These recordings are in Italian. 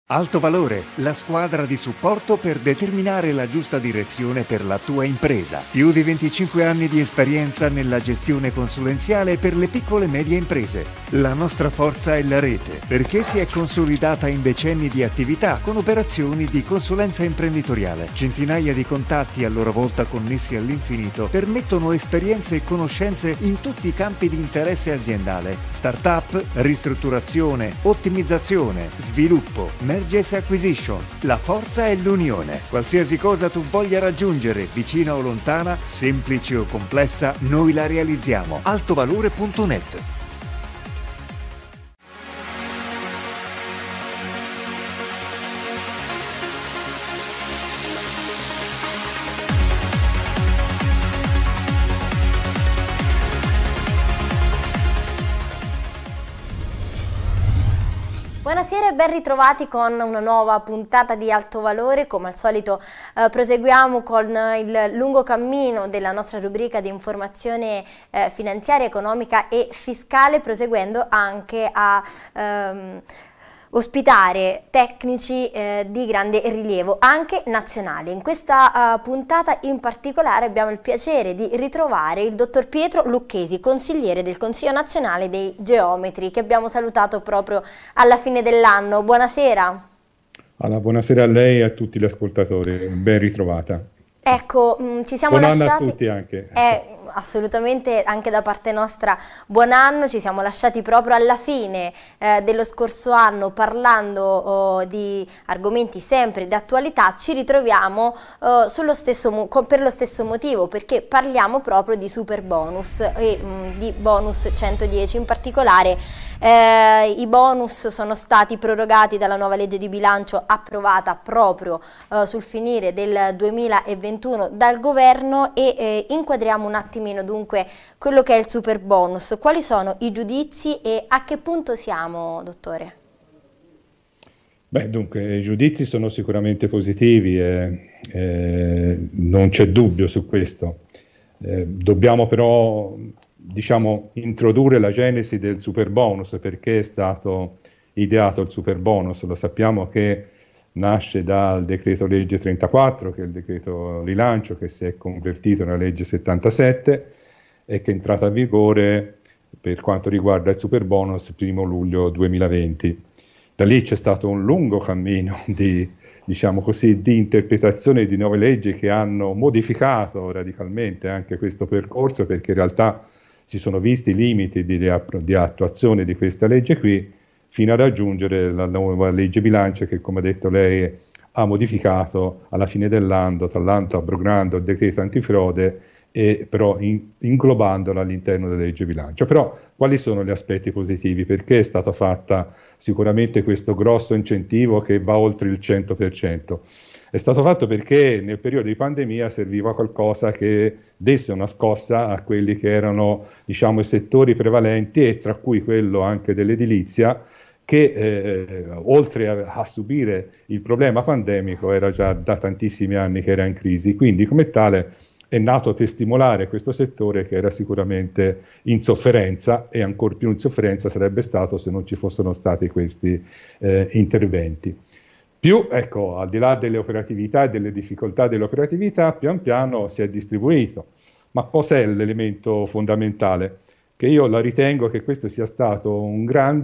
Alto Valore, la squadra di supporto per determinare la giusta direzione per la tua impresa. Più di 25 anni di esperienza nella gestione consulenziale per le piccole e medie imprese. La nostra forza è la rete, perché si è consolidata in decenni di attività con operazioni di consulenza imprenditoriale. Centinaia di contatti a loro volta connessi all'infinito permettono esperienze e conoscenze in tutti i campi di interesse aziendale. Startup, ristrutturazione, ottimizzazione, sviluppo, Mergers Acquisitions. La forza è l'unione. Qualsiasi cosa tu voglia raggiungere, vicina o lontana, semplice o complessa, noi la realizziamo. Altovalore.net. Buonasera e ben ritrovati con una nuova puntata di Alto Valore. Come al solito proseguiamo con il lungo cammino della nostra rubrica di informazione finanziaria, economica e fiscale, proseguendo anche a ospitare tecnici di grande rilievo, anche nazionali. In questa puntata in particolare abbiamo il piacere di ritrovare il dottor Pietro Lucchesi, consigliere del Consiglio Nazionale dei Geometri, che abbiamo salutato proprio alla fine dell'anno. Buonasera. Buonasera a lei e a tutti gli ascoltatori, ben ritrovata. Ecco, ci siamo buon lasciati... anno a tutti anche. Assolutamente, anche da parte nostra buon anno. Ci siamo lasciati proprio alla fine dello scorso anno parlando di argomenti sempre di attualità. Ci ritroviamo per lo stesso motivo, perché parliamo proprio di super bonus e di bonus 110. In particolare i bonus sono stati prorogati dalla nuova legge di bilancio approvata proprio sul finire del 2021 dal governo e inquadriamo un attimo dunque quello che è il super bonus. Quali sono i giudizi e a che punto siamo, dottore? Beh, dunque, i giudizi sono sicuramente positivi, non c'è dubbio su questo. Dobbiamo però, diciamo, introdurre la genesi del super bonus, perché è stato ideato il super bonus. Lo sappiamo che nasce dal decreto legge 34, che è il decreto rilancio, che si è convertito nella legge 77 e che è entrata a vigore per quanto riguarda il super bonus il 1 luglio 2020. Da lì c'è stato un lungo cammino di, diciamo così, di interpretazione di nuove leggi che hanno modificato radicalmente anche questo percorso, perché in realtà si sono visti i limiti di attuazione di questa legge qui, fino a raggiungere la nuova legge bilancio che, come ha detto lei, ha modificato alla fine dell'anno, tra l'altro abrogando il decreto antifrode e però inglobandolo all'interno della legge bilancio. Però quali sono gli aspetti positivi? Perché è stato fatto sicuramente questo grosso incentivo che va oltre il 100%? È stato fatto perché nel periodo di pandemia serviva qualcosa che desse una scossa a quelli che erano, diciamo, i settori prevalenti, e tra cui quello anche dell'edilizia, che oltre a subire il problema pandemico era già da tantissimi anni che era in crisi. Quindi come tale è nato per stimolare questo settore che era sicuramente in sofferenza, e ancor più in sofferenza sarebbe stato se non ci fossero stati questi interventi. Più, ecco, al di là delle operatività e delle difficoltà dell'operatività, pian piano si è distribuito. Ma cos'è l'elemento fondamentale? Che io la ritengo che questo sia stato una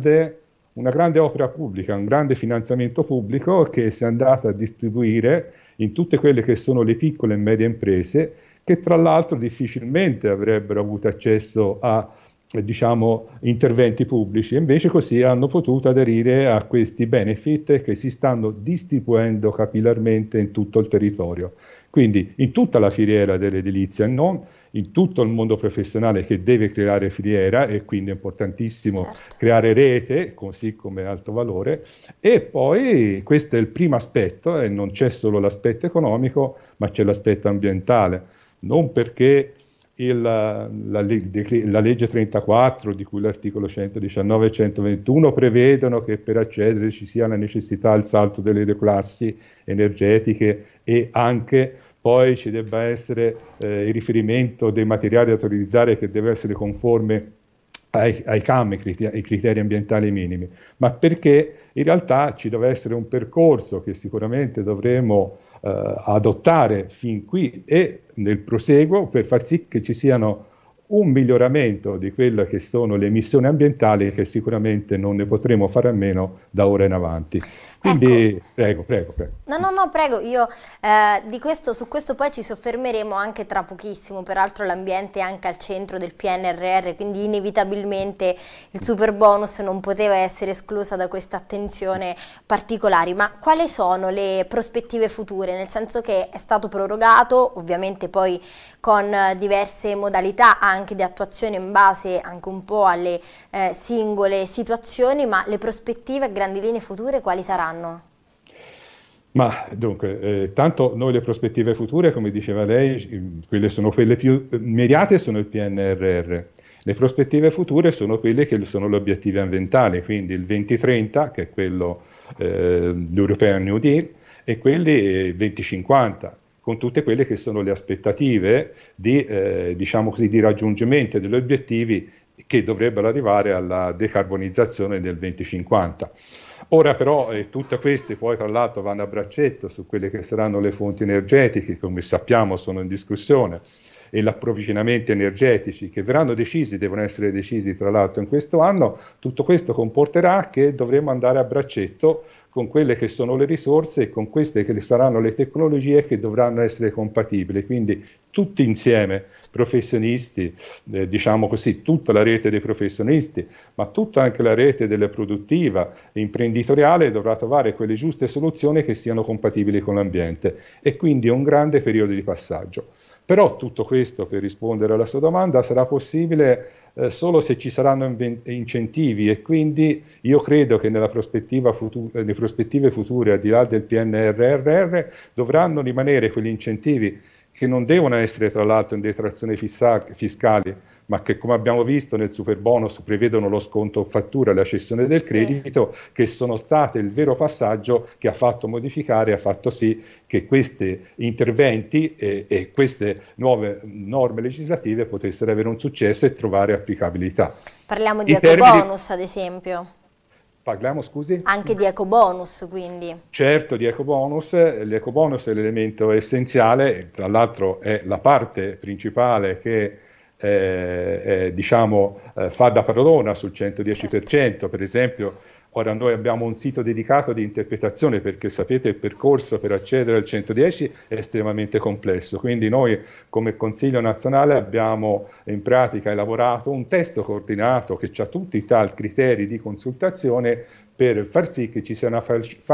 grande opera pubblica, un grande finanziamento pubblico che si è andato a distribuire in tutte quelle che sono le piccole e medie imprese, che tra l'altro difficilmente avrebbero avuto accesso a, diciamo, interventi pubblici, e invece così hanno potuto aderire a questi benefit che si stanno distribuendo capillarmente in tutto il territorio. Quindi in tutta la filiera dell'edilizia, non in tutto il mondo professionale che deve creare filiera, e quindi è importantissimo creare rete, così come Alto Valore. E poi questo è il primo aspetto, e non c'è solo l'aspetto economico, ma c'è l'aspetto ambientale. Non perché la legge 34, di cui l'articolo 119 e 121 prevedono che per accedere ci sia la necessità al salto delle classi energetiche, e anche poi ci debba essere il riferimento dei materiali da utilizzare che deve essere conforme ai CAM, ai criteri ambientali minimi, ma perché in realtà ci deve essere un percorso che sicuramente dovremo adottare fin qui e nel proseguo per far sì che ci siano un miglioramento di quelle che sono le emissioni ambientali che sicuramente non ne potremo fare a meno da ora in avanti. Quindi, Ecco. prego. No, prego, io su questo poi ci soffermeremo anche tra pochissimo, peraltro l'ambiente è anche al centro del PNRR, quindi inevitabilmente il superbonus non poteva essere esclusa da questa attenzione particolare, ma quali sono le prospettive future? Nel senso che è stato prorogato, ovviamente poi con diverse modalità anche di attuazione in base anche un po' alle singole situazioni, ma le prospettive a grandi linee future quali saranno? Ma dunque, tanto noi le prospettive future, come diceva lei, quelle sono quelle più immediate, sono il PNRR. Le prospettive future sono quelle che sono gli obiettivi ambientali, quindi il 2030, che è quello l'European New Deal, e quelli 2050, con tutte quelle che sono le aspettative di, diciamo così, di raggiungimento degli obiettivi che dovrebbero arrivare alla decarbonizzazione nel 2050. Ora però tutte queste poi tra l'altro vanno a braccetto su quelle che saranno le fonti energetiche, come sappiamo sono in discussione, e gli approvvigionamenti energetici che verranno decisi, devono essere decisi tra l'altro in questo anno. Tutto questo comporterà che dovremo andare a braccetto con quelle che sono le risorse e con queste che saranno le tecnologie che dovranno essere compatibili. Quindi tutti insieme, professionisti, diciamo così, tutta la rete dei professionisti, ma tutta anche la rete della produttiva e imprenditoriale dovrà trovare quelle giuste soluzioni che siano compatibili con l'ambiente, e quindi è un grande periodo di passaggio. Però tutto questo, per rispondere alla sua domanda, sarà possibile solo se ci saranno incentivi, e quindi io credo che nelle prospettive future, al di là del PNRR, dovranno rimanere quegli incentivi che non devono essere tra l'altro in detrazioni fiscali, ma che, come abbiamo visto nel superbonus, prevedono lo sconto fattura e la cessione del credito, che sono state il vero passaggio che ha fatto modificare, ha fatto sì che questi interventi e queste nuove norme legislative potessero avere un successo e trovare applicabilità. Parliamo di ecobonus, ad esempio. Parliamo, scusi? Anche di ecobonus, quindi. Certo, di ecobonus. L'ecobonus è l'elemento essenziale, tra l'altro è la parte principale che diciamo, fa da padrona sul 110%, certo. Per esempio, ora noi abbiamo un sito dedicato di interpretazione, perché sapete il percorso per accedere al 110 è estremamente complesso, quindi noi come Consiglio nazionale abbiamo in pratica elaborato un testo coordinato che ha tutti i tali criteri di consultazione per far sì che ci sia una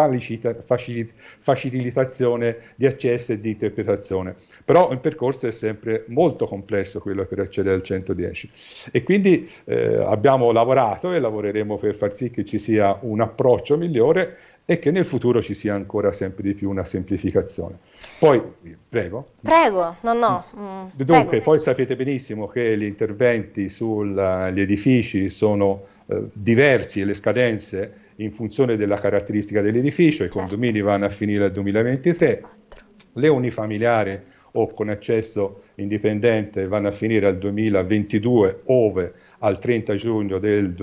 facilitazione di accesso e di interpretazione. Però il percorso è sempre molto complesso, quello per accedere al 110. E quindi abbiamo lavorato e lavoreremo per far sì che ci sia un approccio migliore e che nel futuro ci sia ancora sempre di più una semplificazione. Poi, prego. Prego, Dunque, prego. poi sapete benissimo che gli interventi sugli edifici sono diversi, e le scadenze in funzione della caratteristica dell'edificio. I condomini vanno a finire al 2023, le unifamiliari o con accesso indipendente vanno a finire al 2022, ove al 30 giugno del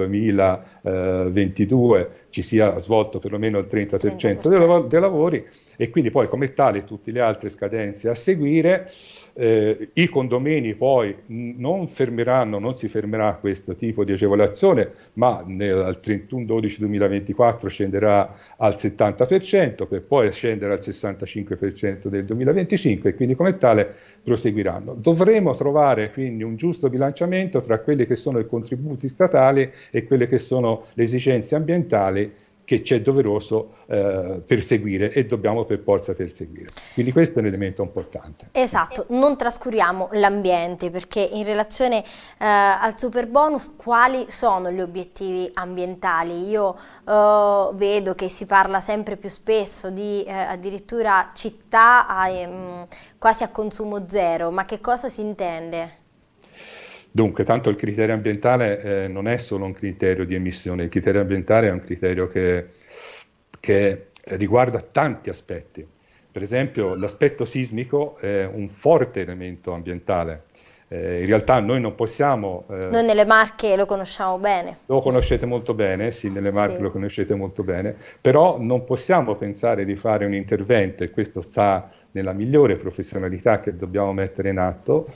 2022 ci sia svolto perlomeno il 30% dei lavori, e quindi poi come tale tutte le altre scadenze a seguire. I condomini poi non si fermerà questo tipo di agevolazione, ma al 31/12/2024 scenderà al 70%, per poi scendere al 65% del 2025, e quindi come tale proseguiranno. Dovremo trovare quindi un giusto bilanciamento tra quelli che sono i contributi statali e quelle che sono le esigenze ambientali che c'è doveroso perseguire e dobbiamo per forza perseguire. Quindi questo è un elemento importante. Esatto, non trascuriamo l'ambiente, perché in relazione al superbonus quali sono gli obiettivi ambientali? Io vedo che si parla sempre più spesso di addirittura città quasi a consumo zero, ma che cosa si intende? Dunque, tanto il criterio ambientale non è solo un criterio di emissione, il criterio ambientale è un criterio che riguarda tanti aspetti. Per esempio, l'aspetto sismico è un forte elemento ambientale. In realtà noi non possiamo... Noi nelle Marche lo conosciamo bene. Lo conoscete molto bene, sì, nelle Marche Sì. lo conoscete molto bene, però non possiamo pensare di fare un intervento, e questo sta nella migliore professionalità che dobbiamo mettere in atto,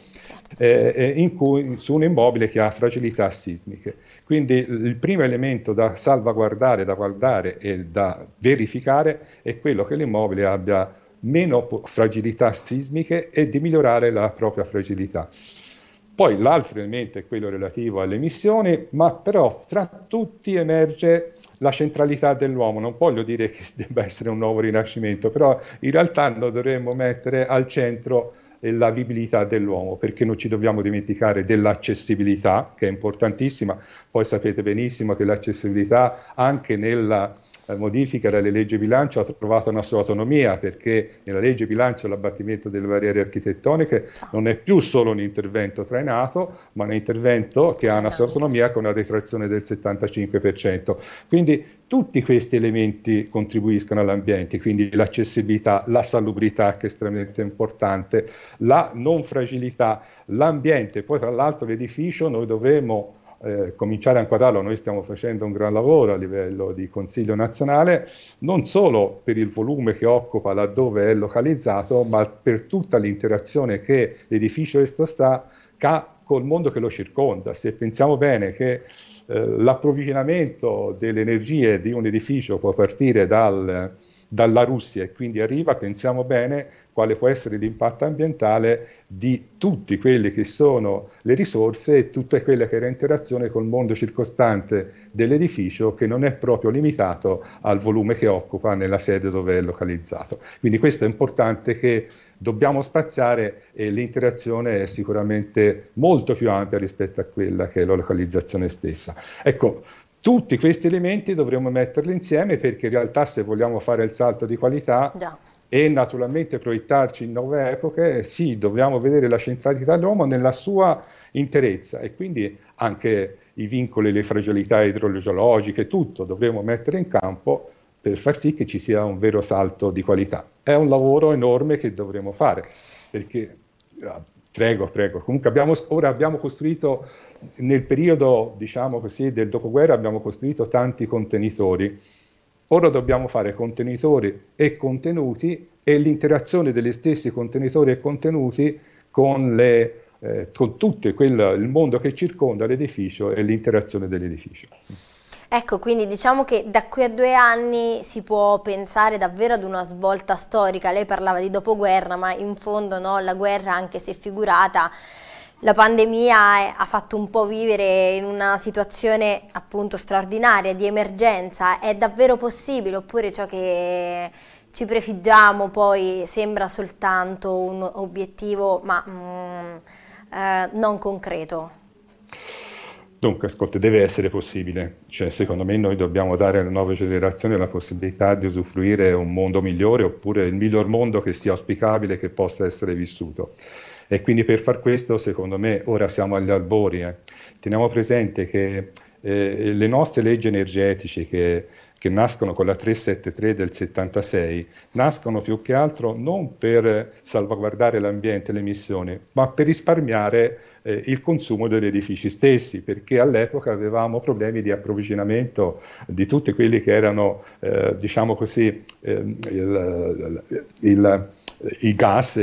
su un immobile che ha fragilità sismiche. Quindi il primo elemento da salvaguardare, da guardare e da verificare è quello che l'immobile abbia meno fragilità sismiche e di migliorare la propria fragilità. Poi l'altro elemento è quello relativo alle emissioni, ma però tra tutti emerge la centralità dell'uomo. Non voglio dire che debba essere un nuovo rinascimento, però in realtà noi dovremmo mettere al centro la vivibilità dell'uomo, perché non ci dobbiamo dimenticare dell'accessibilità, che è importantissima. Poi sapete benissimo che l'accessibilità anche nella modifica delle leggi bilancio ha trovato una sua autonomia, perché nella legge bilancio l'abbattimento delle barriere architettoniche non è più solo un intervento trainato, ma un intervento che ha una sua autonomia con una detrazione del 75%. Quindi tutti questi elementi contribuiscono all'ambiente, quindi l'accessibilità, la salubrità, che è estremamente importante, la non fragilità, l'ambiente. Poi tra l'altro l'edificio noi dovremo cominciare a inquadrarlo. Noi stiamo facendo un gran lavoro a livello di Consiglio nazionale, non solo per il volume che occupa laddove è localizzato, ma per tutta l'interazione che l'edificio ha col mondo che lo circonda. Se pensiamo bene che l'approvvigionamento delle energie di un edificio può partire dalla Russia e quindi arriva, pensiamo bene quale può essere l'impatto ambientale di tutte quelle che sono le risorse e tutta quella che è l'interazione col mondo circostante dell'edificio, che non è proprio limitato al volume che occupa nella sede dove è localizzato. Quindi questo è importante, che dobbiamo spaziare, e l'interazione è sicuramente molto più ampia rispetto a quella che è la localizzazione stessa. Ecco, tutti questi elementi dovremmo metterli insieme, perché in realtà se vogliamo fare il salto di qualità e naturalmente proiettarci in nuove epoche, sì, dobbiamo vedere la centralità dell'uomo nella sua interezza, e quindi anche i vincoli, le fragilità idrogeologiche, tutto dovremo mettere in campo per far sì che ci sia un vero salto di qualità. È un lavoro enorme che dovremo fare, perché... Prego. Comunque ora abbiamo costruito, nel periodo, diciamo così, del dopoguerra, abbiamo costruito tanti contenitori. Ora dobbiamo fare contenitori e contenuti, e l'interazione degli stessi contenitori e contenuti con tutto il mondo che circonda l'edificio e l'interazione dell'edificio. Ecco, quindi diciamo che da qui a 2 anni si può pensare davvero ad una svolta storica. Lei parlava di dopoguerra, ma in fondo no, la guerra, anche se figurata, la pandemia ha fatto un po' vivere in una situazione appunto straordinaria, di emergenza. È davvero possibile, oppure ciò che ci prefiggiamo poi sembra soltanto un obiettivo ma non concreto? Dunque, ascolta, deve essere possibile. Cioè, secondo me noi dobbiamo dare alle nuove generazioni la possibilità di usufruire un mondo migliore, oppure il miglior mondo che sia auspicabile, che possa essere vissuto. E quindi per far questo, secondo me, ora siamo agli albori. Teniamo presente che le nostre leggi energetiche che nascono con la 373 del 76, nascono più che altro non per salvaguardare l'ambiente e le emissioni, ma per risparmiare il consumo degli edifici stessi, perché all'epoca avevamo problemi di approvvigionamento di tutti quelli che erano, diciamo così, i gas,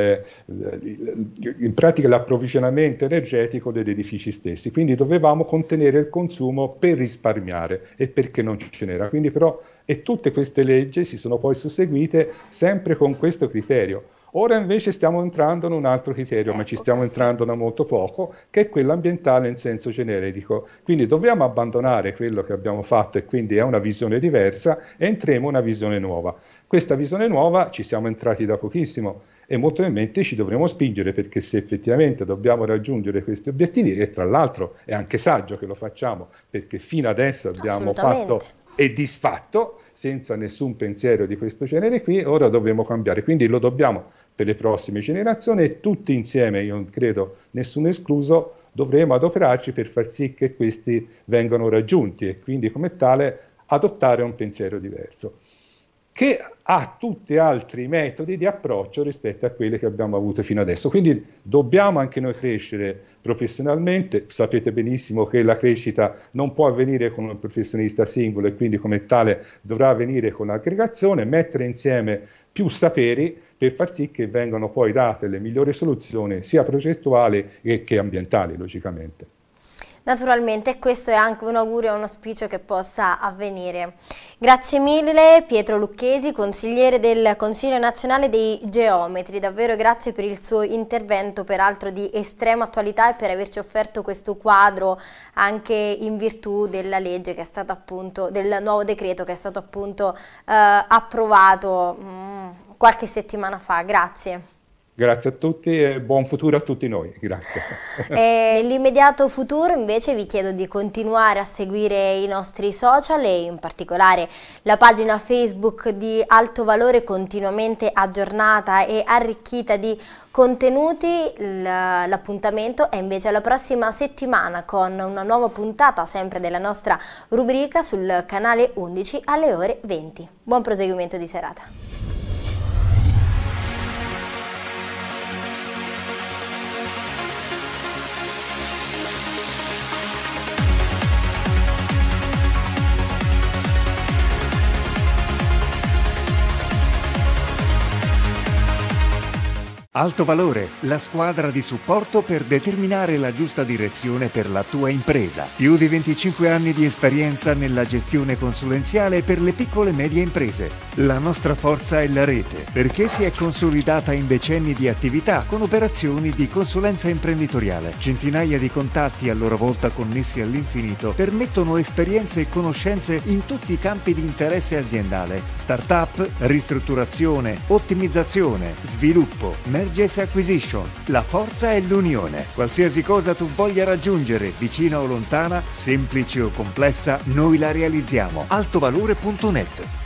in pratica l'approvvigionamento energetico degli edifici stessi. Quindi dovevamo contenere il consumo per risparmiare, e perché non ce n'era. Quindi però, e tutte queste leggi si sono poi susseguite sempre con questo criterio. Ora invece stiamo entrando in un altro criterio, ma ci stiamo entrando da molto poco, che è quello ambientale in senso generico. Quindi dobbiamo abbandonare quello che abbiamo fatto, e quindi è una visione diversa, e entriamo in una visione nuova. Questa visione nuova ci siamo entrati da pochissimo, e molto probabilmente ci dovremo spingere, perché se effettivamente dobbiamo raggiungere questi obiettivi, e tra l'altro è anche saggio che lo facciamo, perché fino adesso abbiamo fatto e disfatto senza nessun pensiero di questo genere qui, ora dovremo cambiare. Quindi lo dobbiamo per le prossime generazioni, e tutti insieme, io credo nessuno escluso, dovremo adoperarci per far sì che questi vengano raggiunti, e quindi come tale adottare un pensiero diverso, che ha tutti altri metodi di approccio rispetto a quelli che abbiamo avuto fino adesso. Quindi dobbiamo anche noi crescere professionalmente. Sapete benissimo che la crescita non può avvenire con un professionista singolo e quindi come tale dovrà avvenire con l'aggregazione, mettere insieme più saperi per far sì che vengano poi date le migliori soluzioni sia progettuali che ambientali, logicamente. Naturalmente, questo è anche un augurio e un auspicio che possa avvenire. Grazie mille Pietro Lucchesi, consigliere del Consiglio Nazionale dei Geometri, davvero grazie per il suo intervento, peraltro di estrema attualità, e per averci offerto questo quadro anche in virtù della legge che è stata appunto, del nuovo decreto che è stato appunto approvato qualche settimana fa. Grazie. Grazie a tutti e buon futuro a tutti noi, grazie. Nell'immediato futuro invece vi chiedo di continuare a seguire i nostri social e in particolare la pagina Facebook di Alto Valore, continuamente aggiornata e arricchita di contenuti. L'appuntamento è invece la prossima settimana con una nuova puntata sempre della nostra rubrica sul canale 11 alle ore 20. Buon proseguimento di serata. Alto Valore, la squadra di supporto per determinare la giusta direzione per la tua impresa. Più di 25 anni di esperienza nella gestione consulenziale per le piccole e medie imprese. La nostra forza è la rete, perché si è consolidata in decenni di attività con operazioni di consulenza imprenditoriale. Centinaia di contatti a loro volta connessi all'infinito permettono esperienze e conoscenze in tutti i campi di interesse aziendale. Startup, ristrutturazione, ottimizzazione, sviluppo, Mergers e Acquisitions. La forza è l'unione. Qualsiasi cosa tu voglia raggiungere, vicina o lontana, semplice o complessa, noi la realizziamo. Altovalore.net